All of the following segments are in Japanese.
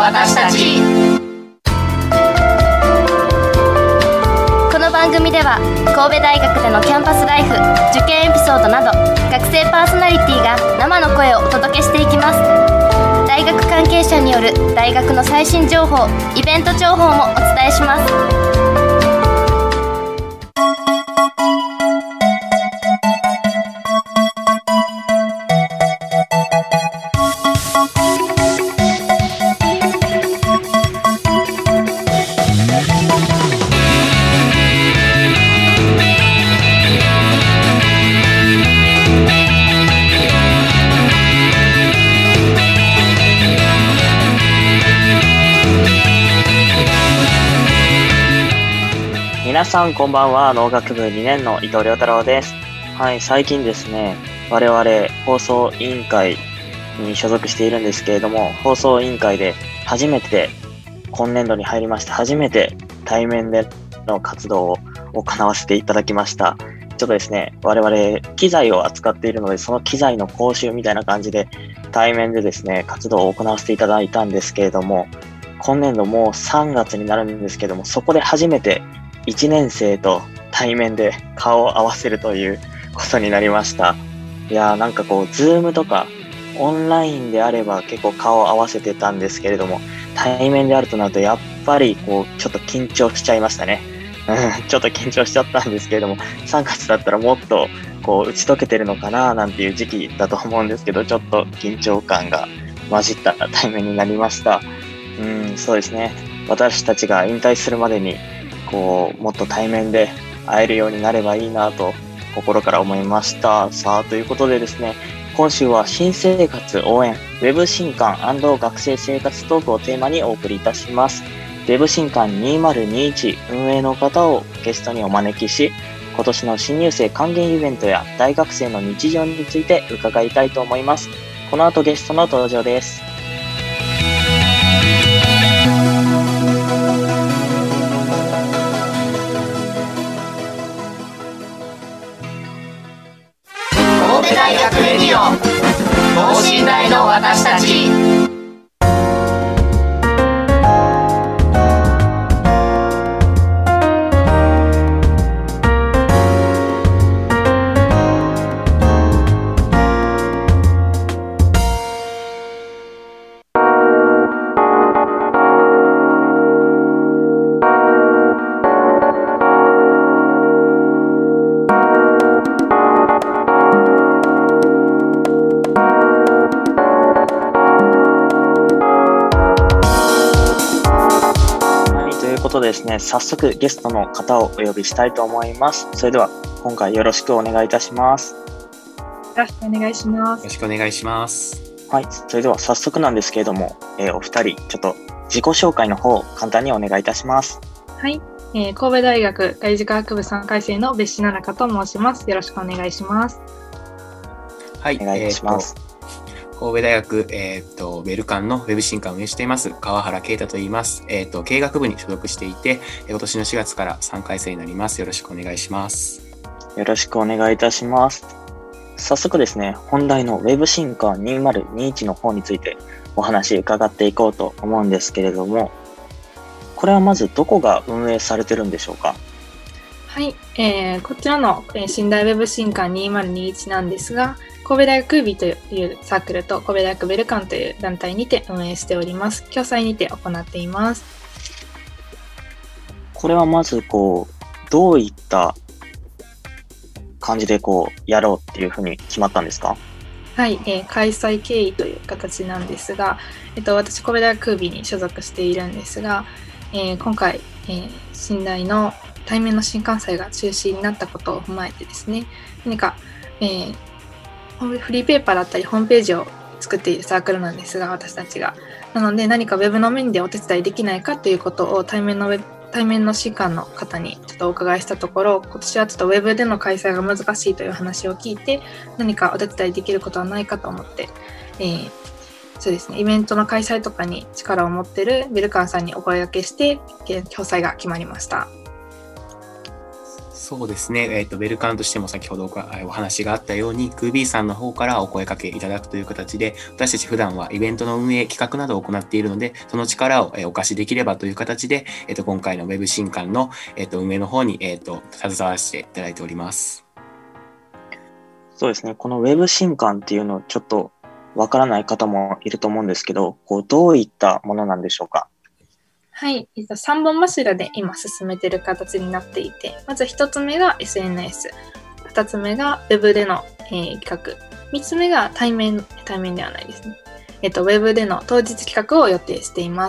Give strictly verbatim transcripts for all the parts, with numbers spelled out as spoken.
私たち。 この番組では神戸大学でのキャンパスライフ、受験エピソードなど学生パーソナリティが生の声をお届けしていきます。大学関係者による大学の最新情報、イベント情報もお伝えします。 皆さんこんばんは。農学部にねんの伊藤亮太郎です。はい、最近ですね、我々放送委員会に所属しているんですけれども、放送委員会で初めて今年度に入りまして初めて対面での活動を行わせていただきました。ちょっとですね、我々機材を扱っているので、その機材の講習みたいな感じで対面でですね活動を行わせていただいたんですけれども、今年度もうさんがつになるんですけども、そこで初めていちねん生と対面で顔を合わせるということになりました。いやーなんかこうズームとかオンラインであれば結構顔を合わせてたんですけれども、対面であるとなるとやっぱりこうちょっと緊張しちゃいましたね。うん、ちょっと緊張しちゃったんですけれども、さんがつだったらもっとこう打ち解けてるのかななんていう時期だと思うんですけど、ちょっと緊張感が混じった対面になりました。うん、そうですね。私たちが引退するまでにこうもっと対面で会えるようになればいいなと心から思いました。さあということでですね、今週は新生活応援ウェブ新刊&学生生活トークをテーマにお送りいたします。ウェブ新刊にせんにじゅういち運営の方をゲストにお招きし、今年の新入生還元イベントや大学生の日常について伺いたいと思います。この後ゲストの登場です。 神戸大学レディオ等身大の私たち。 とですね、早速ゲストの方をお呼びしたいと思います。それでは今回よろしくお願いいたします。 よろしくお願いします。 よろしくお願いします。 はい、それでは早速なんですけれども、えー、お二人ちょっと自己紹介の方を簡単にお願いいたします。 はい、えー、神戸大学外事科学部さんかい生の別紙奈々香と申します。よろしくお願いします。 はい、 お願いいたします。 えー神戸大学、えー、とウェルカンのウェブ新刊を運営しています川原啓太と言います。えー、と経営学部に所属していて、今年のしがつからさんかい生になります。よろしくお願いします。 よろしくお願いいたします。早速ですね、本題のウェブ新刊にせんにじゅういちの方についてお話伺っていこうと思うんですけれども、これはまずどこが運営されてるんでしょうか？ はい、えー、こちらの、えー、寝台ウェブ新刊にせんにじゅういちなんですが、神戸大学ビーというサークルと神戸大学ウェルカンという団体にて運営しております。共催にて行っています。 これはまずこうどういった感じでこうやろうっていうふうに決まったんですか？ はい、えー、開催経緯という形なんですが、えっと、私神戸大学ビーに所属しているんですが、えー、今回、えー、寝台の対面の新刊祭が中止になったことを踏まえてですね、何か、えーフリーペーパーだったりホームページを作っているサークルなんですが、私たちがなので何かウェブの面でお手伝いできないかということを対面のウェブ対面の新刊の方にちょっとお伺いしたところ、今年はちょっとウェブでの開催が難しいという話を聞いて、何かお手伝いできることはないかと思って、えー、そうですね、イベントの開催とかに力を持っているウェルカンさんにお声掛けして共催が決まりました。 そうですね、えっと、ウェルカンとしても先ほどお話があったように、クービーさんの方からお声かけいただくという形で、私たち普段はイベントの運営、企画などを行っているので、その力をお貸しできればという形で、えっと、今回のウェブ新刊の、えっと、運営の方に、えっと、携わらせていただいております。 そうですね、このウェブ新刊っていうのをちょっとわからない方もいると思うんですけど、こうどういったものなんでしょうか？ はい、さんぼん柱で今進めている形になっていて、まずひとつめが エスエヌエス、ふたつめが Web での、えー、企画、みっつめが対面、対面ではないですね。えっと、Web での当日企画を予定しています。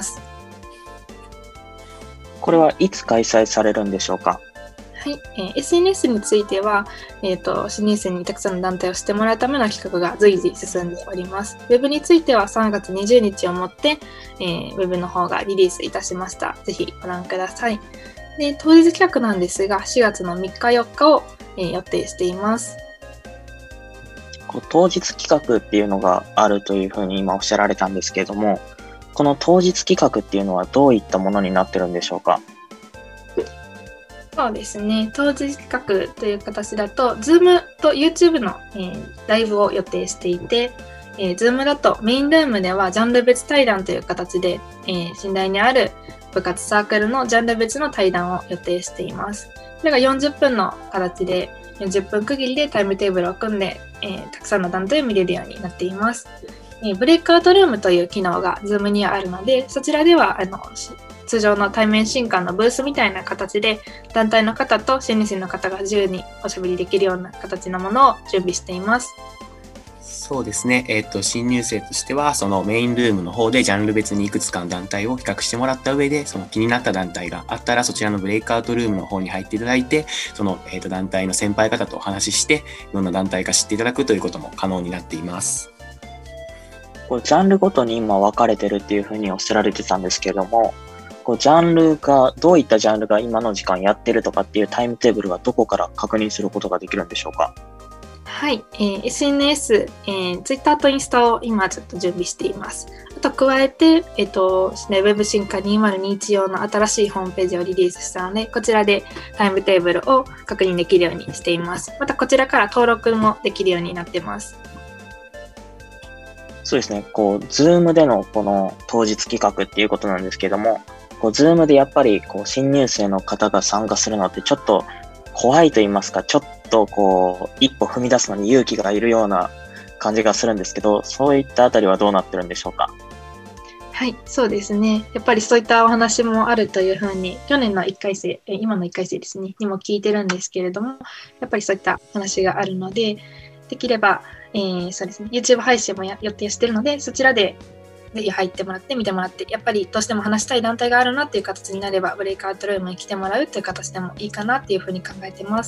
これはいつ開催されるんでしょうか？ はい、えー、エスエヌエス については、えーと、新入生にたくさんの団体を知ってもらうための企画が随時進んでおります。Web についてはさんがつにじゅうにちをもって、えー、Web の方がリリースいたしました。ぜひご覧ください。で、当日企画なんですが、しがつのみっかよっかを、えー、予定しています。 こう当日企画っていうのがあるというふうに今おっしゃられたんですけれども、この当日企画っていうのはどういったものになってるんでしょうか？ そうですね。当日企画という形だと、Zoom と YouTube の、えー、ライブを予定していて、えー、Zoom だとメインルームではジャンル別対談という形で、えー、信頼にある部活サークルのジャンル別の対談を予定しています。それがよんじゅっぷんの形で、よんじゅっぷん区切りでタイムテーブルを組んで、えー、たくさんの団体を見れるようになっています。えー、ブレイクアウトルームという機能が Zoom にはあるので、そちらではあの通常の対面新刊のブースみたいな形で団体の方と新入生の方が自由におしゃべりできるような形のものを準備しています。 そうですね、えっと、新入生としてはそのメインルームの方でジャンル別にいくつかの団体を比較してもらった上で、その気になった団体があったらそちらのブレイクアウトルームの方に入っていただいて、その、えっと、団体の先輩方とお話しして、いろんな団体が知っていただくということも可能になっています。 こうジャンルごとに今分かれてるっていうふうにおっしゃられてたんですけれども、こうジャンルがどういったジャンルが今の時間やってるとかっていうタイムテーブルはどこから確認することができるんでしょうか？ はい、えー、エスエヌエス、えー、Twitter とインスタを今ちょっと準備しています。あと加えて、えっと、ウェブ進化にせんにじゅういち用の新しいホームページをリリースしたので、こちらでタイムテーブルを確認できるようにしています。またこちらから登録もできるようになってます。 そうですね、こう Zoom でのこの当日企画っていうことなんですけども、こう Zoom でやっぱりこう新入生の方が参加するのってちょっと怖いと言いますか、ちょっとこう一歩踏み出すのに勇気がいるような感じがするんですけど、そういったあたりはどうなってるんでしょうか？ はい、そうですね。やっぱりそういったお話もあるというふうに、去年のいっかい生、今のいっかい生ですね、にも聞いてるんですけれども、やっぱりそういった話があるので、できれば、えー、そうですね、YouTube 配信も予定しているので、そちらでぜひ入ってもらって見てもらって、やっぱりどうしても話したい団体があるなっていう形になれば、ブレイクアウトルームに来てもらうという形でもいいかなっていうふうに考えてます。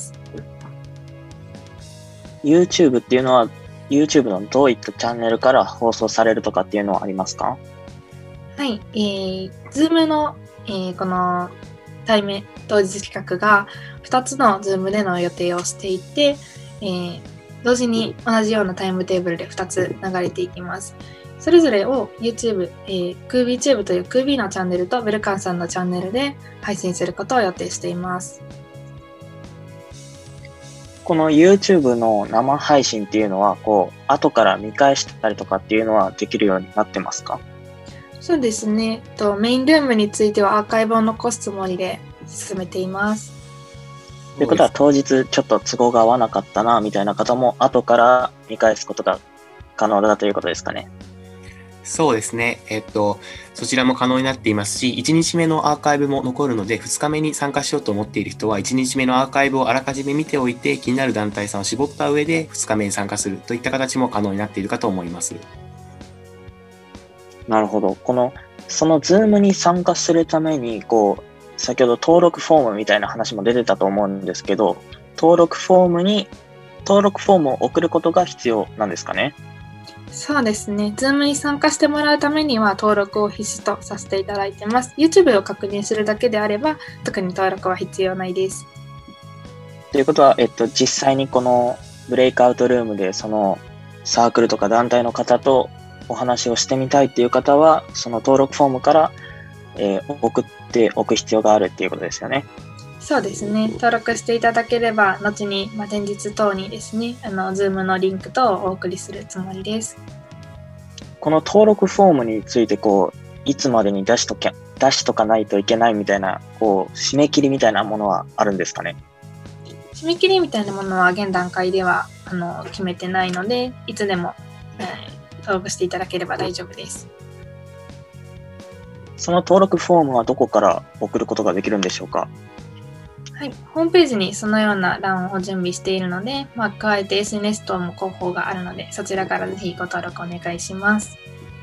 YouTube っていうのは YouTube のどういったチャンネルから放送されるとかっていうのはありますか？ はい、えー、Zoom の、えー、この対面当日企画がふたつの Zoom での予定をしていて、えー、同時に同じようなタイムテーブルでふたつ流れていきます。それぞれを YouTube、えー、クービーチューブというクービーのチャンネルとベルカンさんのチャンネルで配信することを予定しています。 この YouTube の生配信っていうのはこう後から見返したりとかっていうのはできるようになってますか？ そうですね。とメインルームについてはアーカイブを残すつもりで進めています。 ということは当日ちょっと都合が合わなかったなみたいな方も後から見返すことが可能だということですかね？ そうですね。えっと、そちらも可能になっていますし、いちにちめのアーカイブも残るので、ふつかめに参加しようと思っている人は、いちにちめのアーカイブをあらかじめ見ておいて、気になる団体さんを絞った上で、ふつかめに参加するといった形も可能になっているかと思います。 なるほど。この、その Zoom に参加するために、こう、先ほど登録フォームみたいな話も出てたと思うんですけど、登録フォームに、登録フォームを送ることが必要なんですかね？ そうですね。Zoom に参加してもらうためには登録を必須とさせていただいてます。YouTube を確認するだけであれば、特に登録は必要ないです。 ということは、えっと、実際にこのブレイクアウトルームで、そのサークルとか団体の方とお話をしてみたいっていう方は、その登録フォームから、えー、送っておく必要があるっていうことですよね。 そうですね。登録していただければ、後に、まあ、前日等にですね、あの、Zoom のリンク等をお送りするつもりです。 この登録フォームについて、こう、いつまでに出しときゃ、出しとかないといけないみたいな、こう、締め切りみたいなものはあるんですかね？ 締め切りみたいなものは現段階ではあの決めてないので、いつでも、えー、登録していただければ大丈夫です。 その登録フォームはどこから送ることができるんでしょうか？ はい、ホームページにそのような欄を準備しているので、まあ、加えて エスエヌエス 等も広報があるので、そちらからぜひご登録お願いします。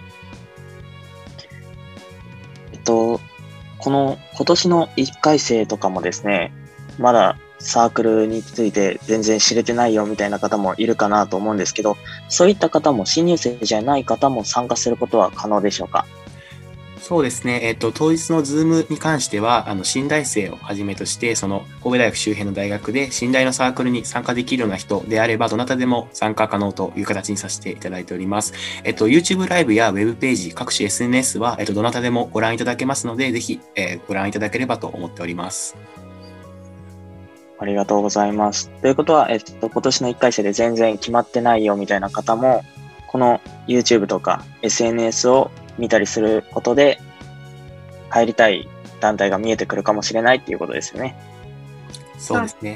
えっと、この今年のいっかい生とかもですね、まだサークルについて全然知れてないよみたいな方もいるかなと思うんですけど、そういった方も新入生じゃない方も参加することは可能でしょうか？ そうですね。えっと、当日のズームに関しては、あの、新大生をはじめとして、その、神戸大学周辺の大学で、新大のサークルに参加できるような人であれば、どなたでも参加可能という形にさせていただいております。えっと、YouTube ライブや Web ページ、各種 エスエヌエス は、えっと、どなたでもご覧いただけますので、ぜひ、えー、ご覧いただければと思っております。 ありがとうございます。ということは、えっと、今年のいっかい生で全然決まってないよみたいな方も、この YouTube とか エスエヌエス を見たりすることで、入りたい団体が見えてくるかもしれないっていうことですよね。 そうですね。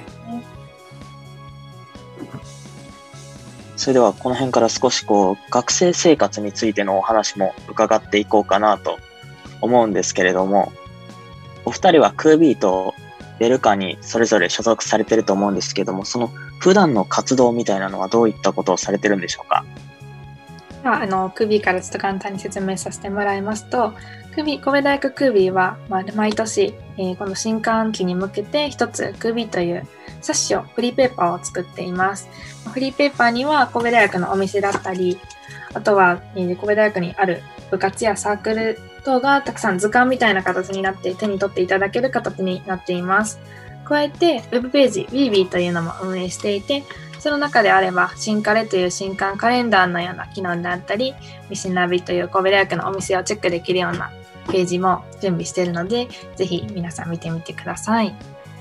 それではこの辺から少しこう学生生活についてのお話も伺っていこうかなと思うんですけれども、お二人はクービーとベルカにそれぞれ所属されてると思うんですけども、その普段の活動みたいなのはどういったことをされてるんでしょうか？ あのクービーからちょっと簡単に説明させてもらいますと、クービー神戸大学クービーは、まあ、毎年、えー、この新歓期に向けて一つクービーという冊子をフリーペーパーを作っています。フリーペーパーには神戸大学のお店だったり、あとは、えー、神戸大学にある部活やサークル等がたくさん図鑑みたいな形になって手に取っていただける形になっています。加えてウェブページ ウィービー というのも運営していて、その中であれば新カレという新刊カレンダーのような機能であったり、ミシナビという神戸大学のお店をチェックできるようなページも準備しているので、ぜひ皆さん見てみてください。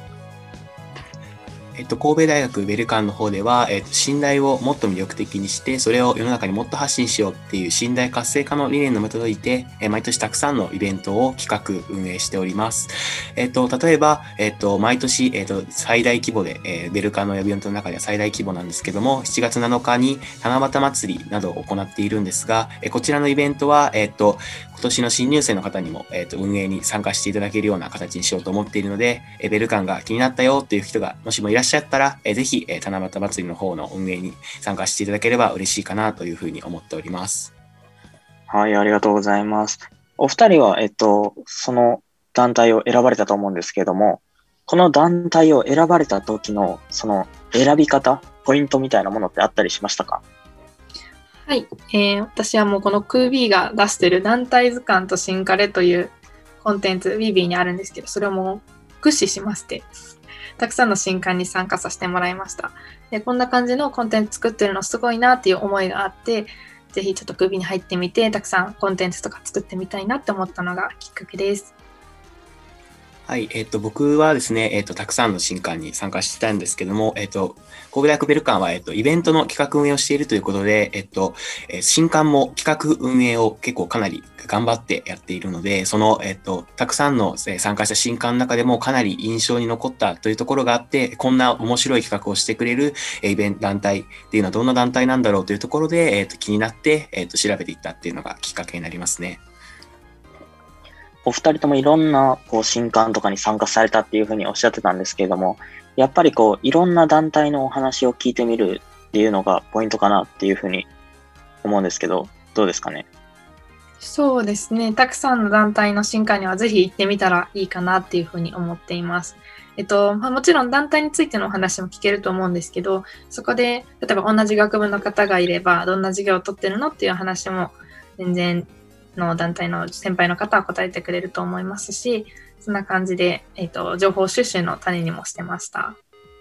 えっと、神戸大学ウェルカンの方では、えっと、信頼をもっと魅力的にして、それを世の中にもっと発信しようっていう信頼活性化の理念のもとにいて、え毎年たくさんのイベントを企画、運営しております。えっと、例えば、えっと、毎年、えっと、最大規模で、えー、ウェルカンのイベントの中では最大規模なんですけども、しちがつなのかに七夕祭りなどを行っているんですが、えこちらのイベントは、えっと、今年の新入生の方にも、えっと、運営に参加していただけるような形にしようと思っているので、えウェルカンが気になったよっていう人がもしもいらっしゃったら、えぜひ、え七夕祭りの方の運営に参加していただければ嬉しいかなというふうに思っております。 はい、ありがとうございます。お二人は、えっと、その団体を選ばれたと思うんですけれども、この団体を選ばれた時のその選び方、ポイントみたいなものってあったりしましたか？ はい、えー、私はもうこのクービーが出している団体図鑑と新カレというコンテンツ ウィービー にあるんですけど、それをもう駆使しまして、たくさんの新刊に参加させてもらいました。で、こんな感じのコンテンツ作ってるのすごいなっていう思いがあって、ぜひちょっとクービーに入ってみて、たくさんコンテンツとか作ってみたいなって思ったのがきっかけです。 はい、えっと、僕はですね、えっと、たくさんの新刊に参加してたんですけども、えっと、神戸大学ベルカンは、えっと、イベントの企画運営をしているということで、えっと、新刊も企画運営を結構かなり頑張ってやっているので、その、えっと、たくさんの参加した新刊の中でもかなり印象に残ったというところがあって、こんな面白い企画をしてくれるイベント団体っていうのはどんな団体なんだろうというところで、えっと、気になって、えっと、調べていったっていうのがきっかけになりますね。 お二人ともいろんなこう新刊とかに参加されたっていうふうにおっしゃってたんですけれども、やっぱりこういろんな団体のお話を聞いてみるっていうのがポイントかなっていうふうに思うんですけど、どうですかね？ そうですね。たくさんの団体の新刊にはぜひ行ってみたらいいかなっていうふうに思っています。えっと、まあ、もちろん団体についてのお話も聞けると思うんですけど、そこで例えば同じ学部の方がいればどんな授業を取ってるのっていう話も全然の団体の先輩の方は答えてくれると思いますし、そんな感じで、えっと、情報収集の種にもしてました。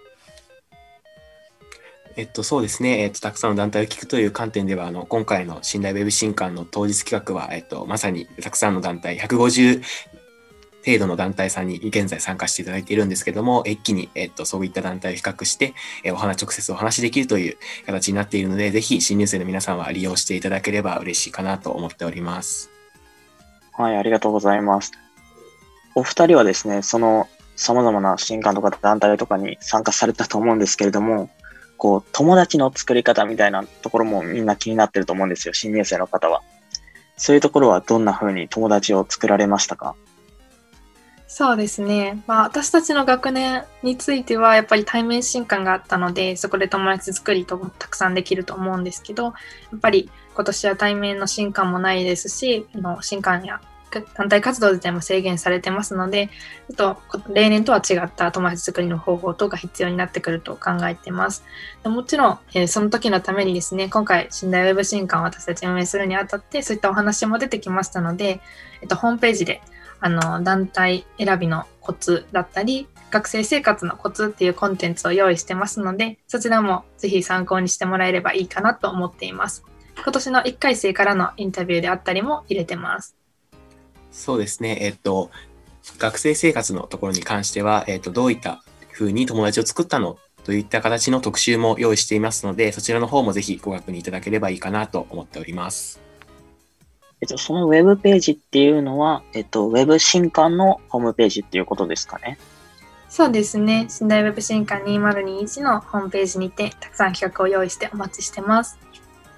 えっと、そうですね。えっと、たくさんの団体を聞くという観点では、あの、今回の信頼ウェブ新刊の当日企画は、えっと、まさにたくさんの団体、ひゃくごじゅう程度の団体さんに現在参加していただいているんですけども、一気に、えっと、そういった団体を比較して、えお話、直接お話しできるという形になっているので、ぜひ新入生の皆さんは利用していただければ嬉しいかなと思っております。 はい、ありがとうございます。お二人はですね、その様々な新刊とか団体とかに参加されたと思うんですけれども、こう、友達の作り方みたいなところもみんな気になってると思うんですよ、新入生の方は。そういうところはどんな風に友達を作られましたか？ そうですね。まあ、私たちの学年については、やっぱり対面新刊があったので、そこで友達作りともたくさんできると思うんですけど、やっぱり今年は対面の新刊もないですし、あの新刊や団体活動自体も制限されてますので、ちょっと例年とは違った友達作りの方法等が必要になってくると考えています。もちろん、えー、その時のためにですね、今回、信頼ウェブ新刊を私たち運営するにあたって、そういったお話も出てきましたので、えっと、ホームページであの団体選びのコツだったり、学生生活のコツっていうコンテンツを用意してますので、そちらもぜひ参考にしてもらえればいいかなと思っています。今年のいっかい生からのインタビューであったりも入れてます。 そうですね。えっと、学生生活のところに関しては、えっと、どういったふうに友達を作ったのといった形の特集も用意していますので、そちらの方もぜひご確認いただければいいかなと思っております。 えっと、そのウェブページっていうのは、えっと、ウェブ新刊のホームページっていうことですかね。 そうですね。信頼ウェブ新刊にせんにじゅういちのホームページにて、たくさん企画を用意してお待ちしてます。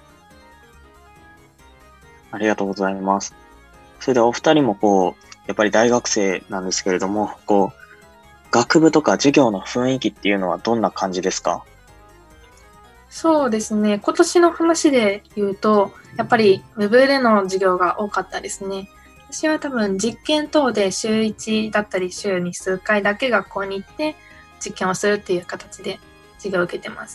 ありがとうございます。それでお二人もこう、やっぱり大学生なんですけれども、こう、学部とか授業の雰囲気っていうのはどんな感じですか？ そうですね。今年の話で言うと、やっぱり Web での授業が多かったですね。私は多分実験等で週いちだったり週に数回だけ学校に行って実験をするっていう形で授業を受けてます。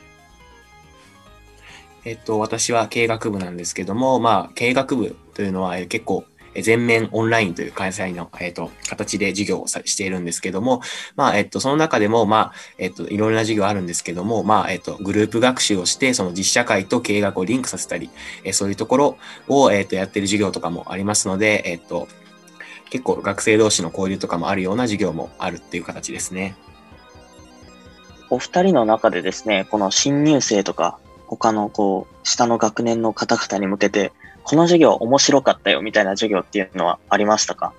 えっと、私は経営学部なんですけども、まあ、経営学部というのは結構全面オンラインという開催の、えっと、形で授業をしているんですけども、まあ、えっと、その中でも、まあ、えっと、いろいろな授業あるんですけども、まあ、えっと、グループ学習をして、その実社会と経営学をリンクさせたり、えそういうところを、えっと、やっている授業とかもありますので、えっと、結構学生同士の交流とかもあるような授業もあるっていう形ですね。 お二人の中でですね、この新入生とか、他のこう、下の学年の方々に向けて、この授業面白かったよみたいな授業っていうのはありましたか？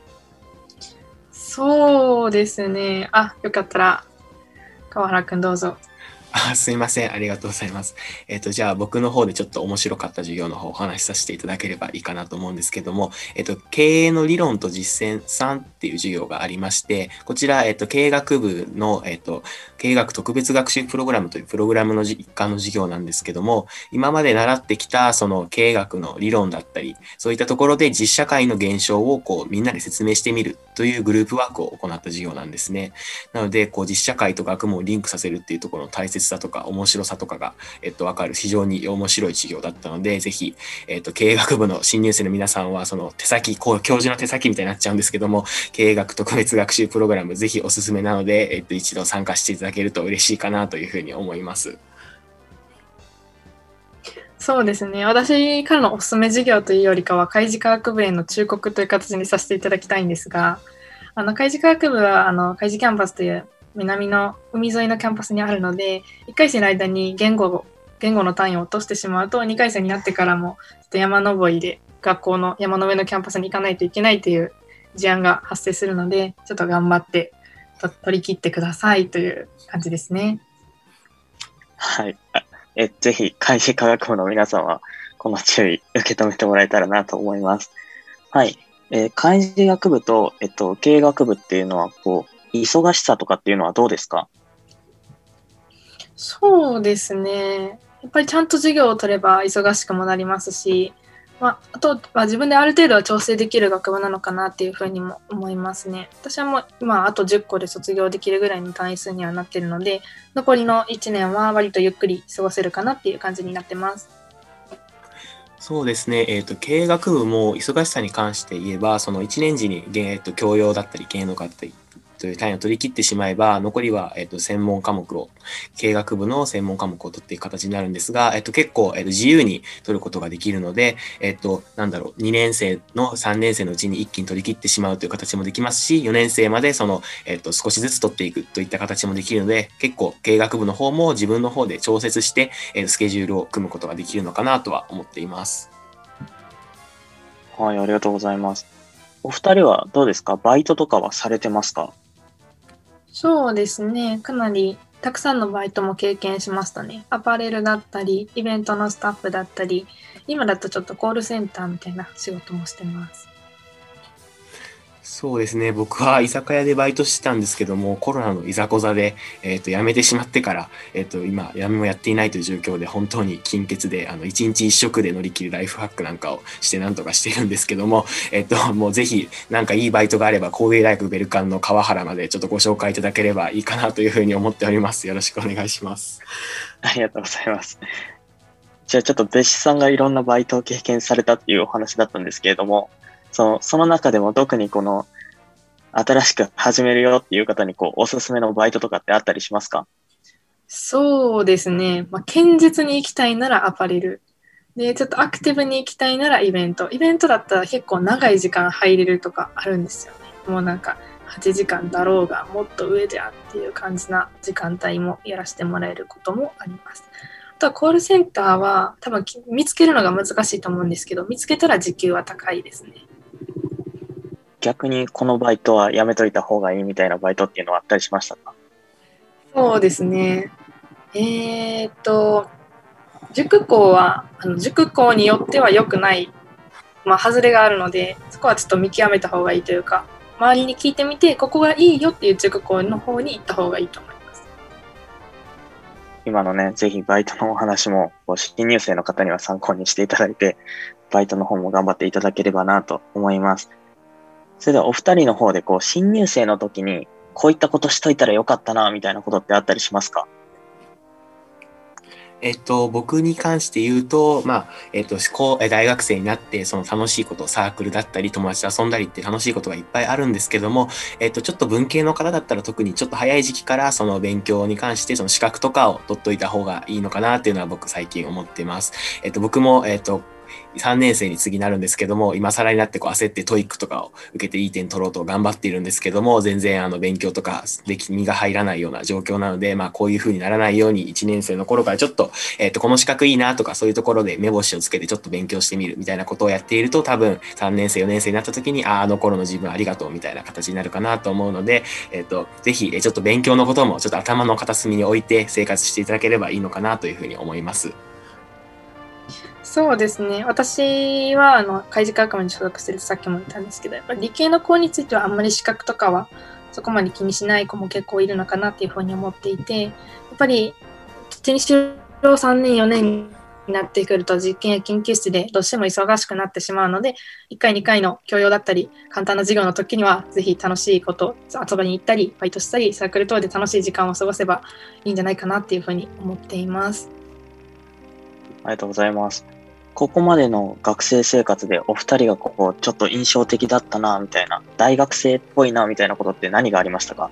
そうですね。あ、よかったら川原くんどうぞ。 あ、すいません。ありがとうございます。えっと、じゃあ僕の方でちょっと面白かった授業の方をお話しさせていただければいいかなと思うんですけども、えっと、経営の理論と実践さんっていう授業がありまして、こちら、えっと、経営学部の、えっと、経営学特別学習プログラムというプログラムの一環の授業なんですけども、今まで習ってきたその経営学の理論だったり、そういったところで実社会の現象をこうみんなで説明してみるというグループワークを行った授業なんですね。なので、こう実社会と学問をリンクさせるっていうところの大切さとか面白さとかが、えっと、わかる非常に面白い授業だったので、ぜひ、えっと、経営学部の新入生の皆さんは、その手先、こう教授の手先みたいになっちゃうんですけども、経営学特別学習プログラム、ぜひおすすめなので、えっと、一度参加していただけると嬉しいかなというふうに思います。 そうですね。私からのおすすめ授業というよりかは、海事科学部への忠告という形にさせていただきたいんですが、あの海事科学部はあの海事キャンパスという南の海沿いのキャンパスにあるので、いっかい生の間に言語言語の単位を落としてしまうと、にかい生になってからもちょっと山登りで学校の山の上のキャンパスに行かないといけないという事案が発生するので、ちょっと頑張って取り切ってくださいという感じですね。 はい。えぜひ、海事科学部の皆さんは、この注意、受け止めてもらえたらなと思います。はい。えー、海事学部と、えっと、経営学部っていうのは、こう、忙しさとかっていうのはどうですか？ そうですね。やっぱりちゃんと授業を取れば忙しくもなりますし、まあ、あとは自分である程度は調整できる学部なのかなっていうふうにも思いますね。私はもう今あとじゅっこで卒業できるぐらいの単位数にはなってるので、残りのいちねんは割とゆっくり過ごせるかなっていう感じになってます。 そうですね。えっと、経営学部も忙しさに関して言えば、そのいちねん時に、えっと、教養だったり、芸能だったり、 という単位を取り切ってしまえば、残りは、えっと、専門科目を、経営学部の専門科目を取っていく形になるんですが、えっと、結構、えっと、自由に取ることができるので、えっと、なんだろう、にねん生のさんねん生のうちに一気に取り切ってしまうという形もできますし、よねん生までその、えっと、少しずつ取っていくといった形もできるので、結構、経営学部の方も自分の方で調節して、えっと、スケジュールを組むことができるのかなとは思っています。 はい、ありがとうございます。お二人はどうですか？バイトとかはされてますか？ そうですね。かなりたくさんのバイトも経験しましたね。アパレルだったり、イベントのスタッフだったり、今だとちょっとコールセンターみたいな仕事もしてます。 そうですね。僕は居酒屋でバイトしてたんですけども、コロナのいざこざで、えっと、辞めてしまってから、えっと、今、辞めもやっていないという状況で、本当に金欠で、あの、一日一食で乗り切るライフハックなんかをしてなんとかしてるんですけども、えっと、もうぜひ、なんかいいバイトがあれば、神戸大学ベルカンの川原までちょっとご紹介いただければいいかなというふうに思っております。よろしくお願いします。 ありがとうございます。じゃあちょっと別紙さんがいろんなバイトを経験されたっていうお話だったんですけれども、その、その中でも特にこの、新しく始めるよっていう方にこうおすすめのバイトとかってあったりしますか？ そうですね。まあ、堅実に行きたいならアパレル。で、ちょっとアクティブに行きたいならイベント。イベントだったら結構長い時間入れるとかあるんですよね。もうなんかはちじかんだろうがもっと上じゃっていう感じな時間帯もやらせてもらえることもあります。あとはコールセンターは多分見つけるのが難しいと思うんですけど、見つけたら時給は高いですね。 逆にこのバイトはやめといた方がいいみたいなバイトっていうのはあったりしましたか？ そうですね。えー、っと、塾校は、あの塾校によっては良くない、まあ、外れがあるので、そこはちょっと見極めた方がいいというか、周りに聞いてみて、ここがいいよっていう塾校の方に行った方がいいと思います。 今のね、ぜひバイトのお話もこう新入生の方には参考にしていただいて、バイトの方も頑張っていただければなと思います。それではお二人の方でこう新入生の時にこういったことしといたらよかったなみたいなことってあったりしますか？ えっと、僕に関して言うと、まあ、えっと、こう大学生になって、その楽しいこと、サークルだったり、友達と遊んだりって楽しいことがいっぱいあるんですけども、えっと、ちょっと文系の方だったら特にちょっと早い時期から、その勉強に関して、その資格とかを取っといた方がいいのかなっていうのは僕最近思ってます。えっと、僕も、えっと、さんねん生に次なるんですけども、今更になってこう焦ってトイックとかを受けていい点取ろうと頑張っているんですけども、全然あの勉強とかで身が入らないような状況なので、まあこういう風にならないようにいちねん生の頃からちょっと、えっと、この資格いいなとかそういうところで目星をつけてちょっと勉強してみるみたいなことをやっていると、多分さんねん生、よねん生になった時に、ああ、あの頃の自分ありがとうみたいな形になるかなと思うので、えっと、ぜひちょっと勉強のこともちょっと頭の片隅に置いて生活していただければいいのかなというふうに思います。 そうですね。私はあの海事科学部に所属してるとさっきも言ったんですけど、やっぱり理系の子についてはあんまり資格とかはそこまで気にしない子も結構いるのかなっていうふうに思っていて、やっぱりどっちにしろさんねんよねんになってくると実験や研究室でどうしても忙しくなってしまうので、いっかいにかいの教養だったり簡単な授業の時にはぜひ楽しいこと遊びに行ったりバイトしたりサークル等で楽しい時間を過ごせばいいんじゃないかなっていうふうに思っています。 ありがとうございます。ここまでの学生生活でお二人がここちょっと印象的だったなみたいな、大学生っぽいなみたいなことって何がありましたか？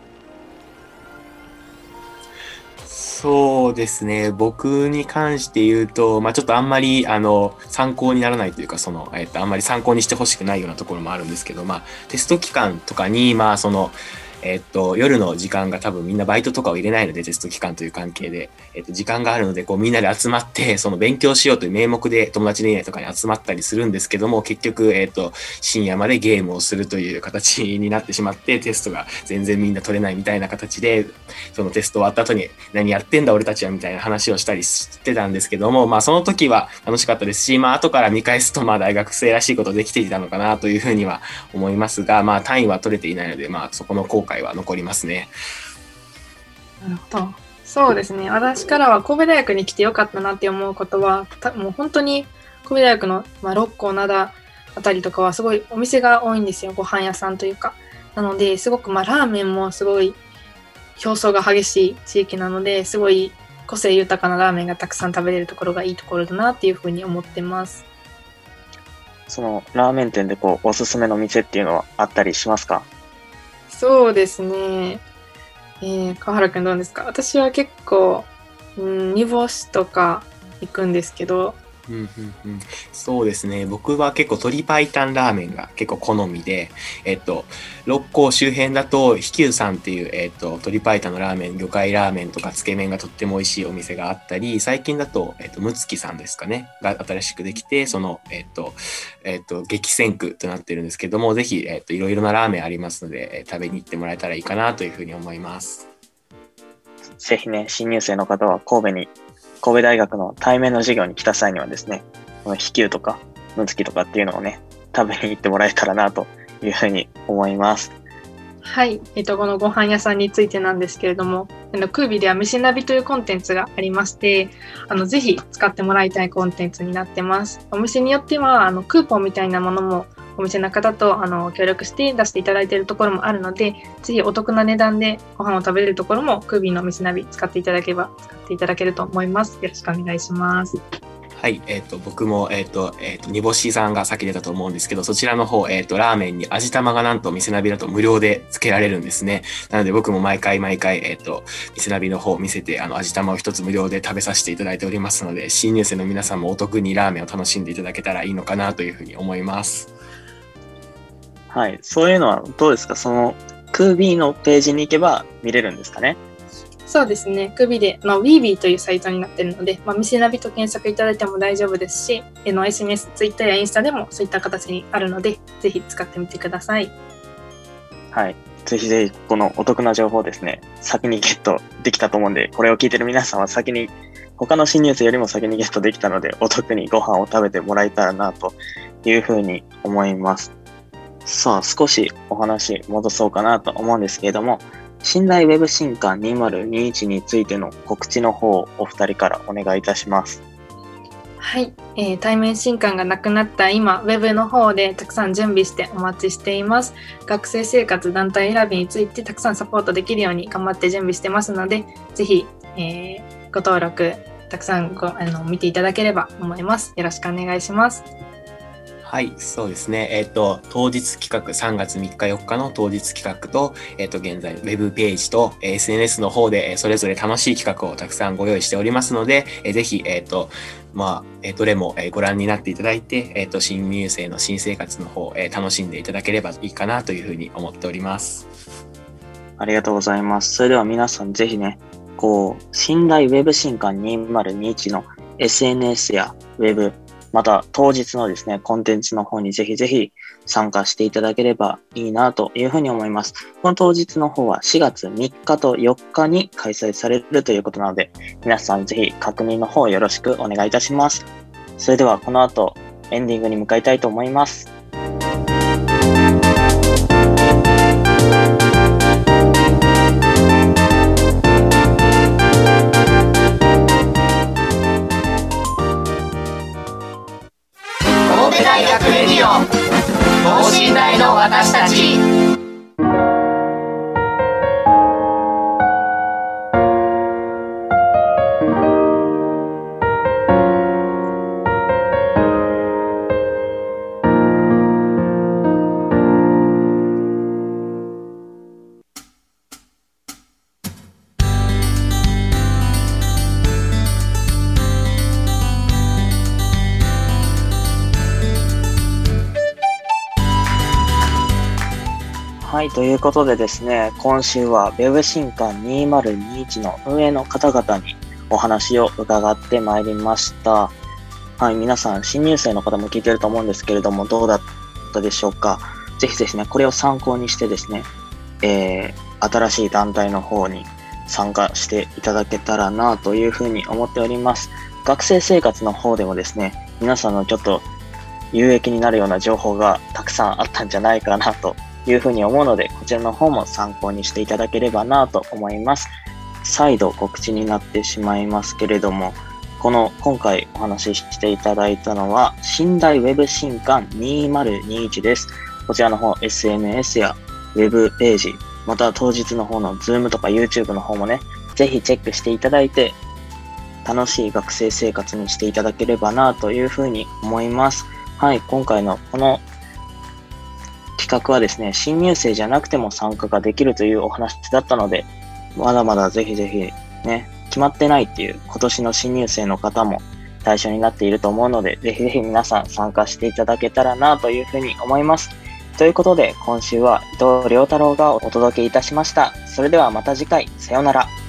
そうですね。僕に関して言うと、まあちょっとあんまりあの参考にならないというか、そのえっとあんまり参考にしてほしくないようなところもあるんですけど、まあテスト期間とかにまあそのえっと、夜の時間が多分みんなバイトとかを入れないので、テスト期間という関係で、えっと、時間があるので、こうみんなで集まって、その勉強しようという名目で友達恋愛とかに集まったりするんですけども、結局、えっと、深夜までゲームをするという形になってしまって、テストが全然みんな取れないみたいな形で、そのテスト終わった後に、何やってんだ俺たちはみたいな話をしたりしてたんですけども、まあその時は楽しかったですし、まあ後から見返すと、まあ大学生らしいことできていたのかなというふうには思いますが、まあ単位は取れていないので、まあそこの後悔は残りますね。 なるほど。そうですね。私からは神戸大学に来てよかったなって思うことは、もう本当に神戸大学の、まあ、六甲灘あたりとかはすごいお店が多いんですよ。ご飯屋さんというか。なので、すごくまあラーメンもすごい競争が激しい地域なので、すごい個性豊かなラーメンがたくさん食べれるところがいいところだなっていうふうに思ってます。 そのラーメン店でこうおすすめの店っていうのはあったりしますか？ そうですね。えー、川原くんどうですか？私は結構、うん、煮干しとか行くんですけど、 うんうんうん、そうですね。僕は結構鶏白湯ラーメンが結構好みで、えっと、六甲周辺だと、飛久さんっていう、えっと、鶏白湯のラーメン、魚介ラーメンとかつけ麺がとっても美味しいお店があったり、最近だと、えっと、むつきさんですかね、が新しくできて、その、えっと、えっと、激戦区となってるんですけども、ぜひ、えっと、いろいろなラーメンありますので、えー食べに行ってもらえたらいいかなというふうに思います。 ぜひね、新入生の方は神戸に、神戸大学の対面の授業に来た際にはですね、この飛久とか、むつきとかっていうのをね、食べに行ってもらえたらなというふうに思います。 はい、えっと、このご飯屋さんについてなんですけれども、あのクービでは飯ナビというコンテンツがありまして、あのぜひ使ってもらいたいコンテンツになってます。お店によってはあのクーポンみたいなものもお店の方とあの協力して出していただいているところもあるので、ぜひお得な値段でご飯を食べれるところもクービーの飯ナビ使っていただければ使っていただけると思います。よろしくお願いします。 はい、えっと、僕も、えっと、えっと、煮干しさんが先出たと思うんですけど、そちらの方、えっと、ラーメンに味玉がなんと店ナビだと無料で付けられるんですね。なので僕も毎回毎回、えっと、店ナビの方を見せて、あの、味玉を一つ無料で食べさせていただいておりますので、新入生の皆さんもお得にラーメンを楽しんでいただけたらいいのかなというふうに思います。 はい。そういうのはどうですか？その、クービーのページに行けば見れるんですかね？ そうですね。クービでの ウィービー というサイトになっているので、まあ、店ナビと検索いただいても大丈夫ですし、えの エスエヌエス、ツイッターやインスタでもそういった形にあるので、ぜひ使ってみてください。 はい。ぜひぜひ、このお得な情報ですね、先にゲットできたと思うんで、これを聞いてる皆さんは先に、他の新入生よりも先にゲットできたので、お得にご飯を食べてもらえたらな、というふうに思います。さあ、少しお話戻そうかなと思うんですけれども、信頼ウェブ新刊にせんにじゅういちについての告知の方をお二人からお願いいたします。 はい、えー、対面新刊がなくなった今、ウェブの方でたくさん準備してお待ちしています。学生生活、団体選びについてたくさんサポートできるように頑張って準備してますので、ぜひ、えー、ご登録、たくさんごあの見ていただければと思います。よろしくお願いします。 はい、そうですね。えっと、当日企画、さんがつみっかよっかの当日企画と、えっと、現在、ウェブページと エスエヌエス の方で、それぞれ楽しい企画をたくさんご用意しておりますので、えぜひ、えっと、まあ、どれもご覧になっていただいて、えっと、新入生の新生活の方、楽しんでいただければいいかなというふうに思っております。 ありがとうございます。それでは皆さんぜひね、こう、信頼ウェブ新刊にせんにじゅういちの エスエヌエス やウェブ、また当日のですね、コンテンツの方にぜひぜひ参加していただければいいなというふうに思います。この当日の方はしがつみっかとよっかに開催されるということなので、皆さんぜひ確認の方よろしくお願いいたします。それではこの後エンディングに向かいたいと思います。 神戸大学レディオ等身大の私たち。 はい、ということでですね、今週は Web 新刊にせんにじゅういちの運営の方々にお話を伺ってまいりました。はい、皆さん新入生の方も聞いてると思うんですけれども、どうだったでしょうか。ぜひですね、これを参考にしてですね、えー、新しい団体の方に参加していただけたらなというふうに思っております。学生生活の方でもですね、皆さんのちょっと有益になるような情報がたくさんあったんじゃないかなというふうに思うので、こちらの方も参考にしていただければなと思います。再度告知になってしまいますけれども、この今回お話ししていただいたのは信頼ウェブ新刊にせんにじゅういちです。こちらの方 エスエヌエス やウェブページ、また当日の方の Zoom とか YouTube の方もね、ぜひチェックしていただいて楽しい学生生活にしていただければなというふうに思います。はい、今回のこの企企画はですね、新入生じゃなくても参加ができるというお話だったので、まだまだぜひぜひね、決まってないっていう今年の新入生の方も対象になっていると思うので、ぜひぜひ皆さん参加していただけたらなというふうに思います。ということで、今週は伊藤亮太郎がお届けいたしました。それではまた次回、さようなら。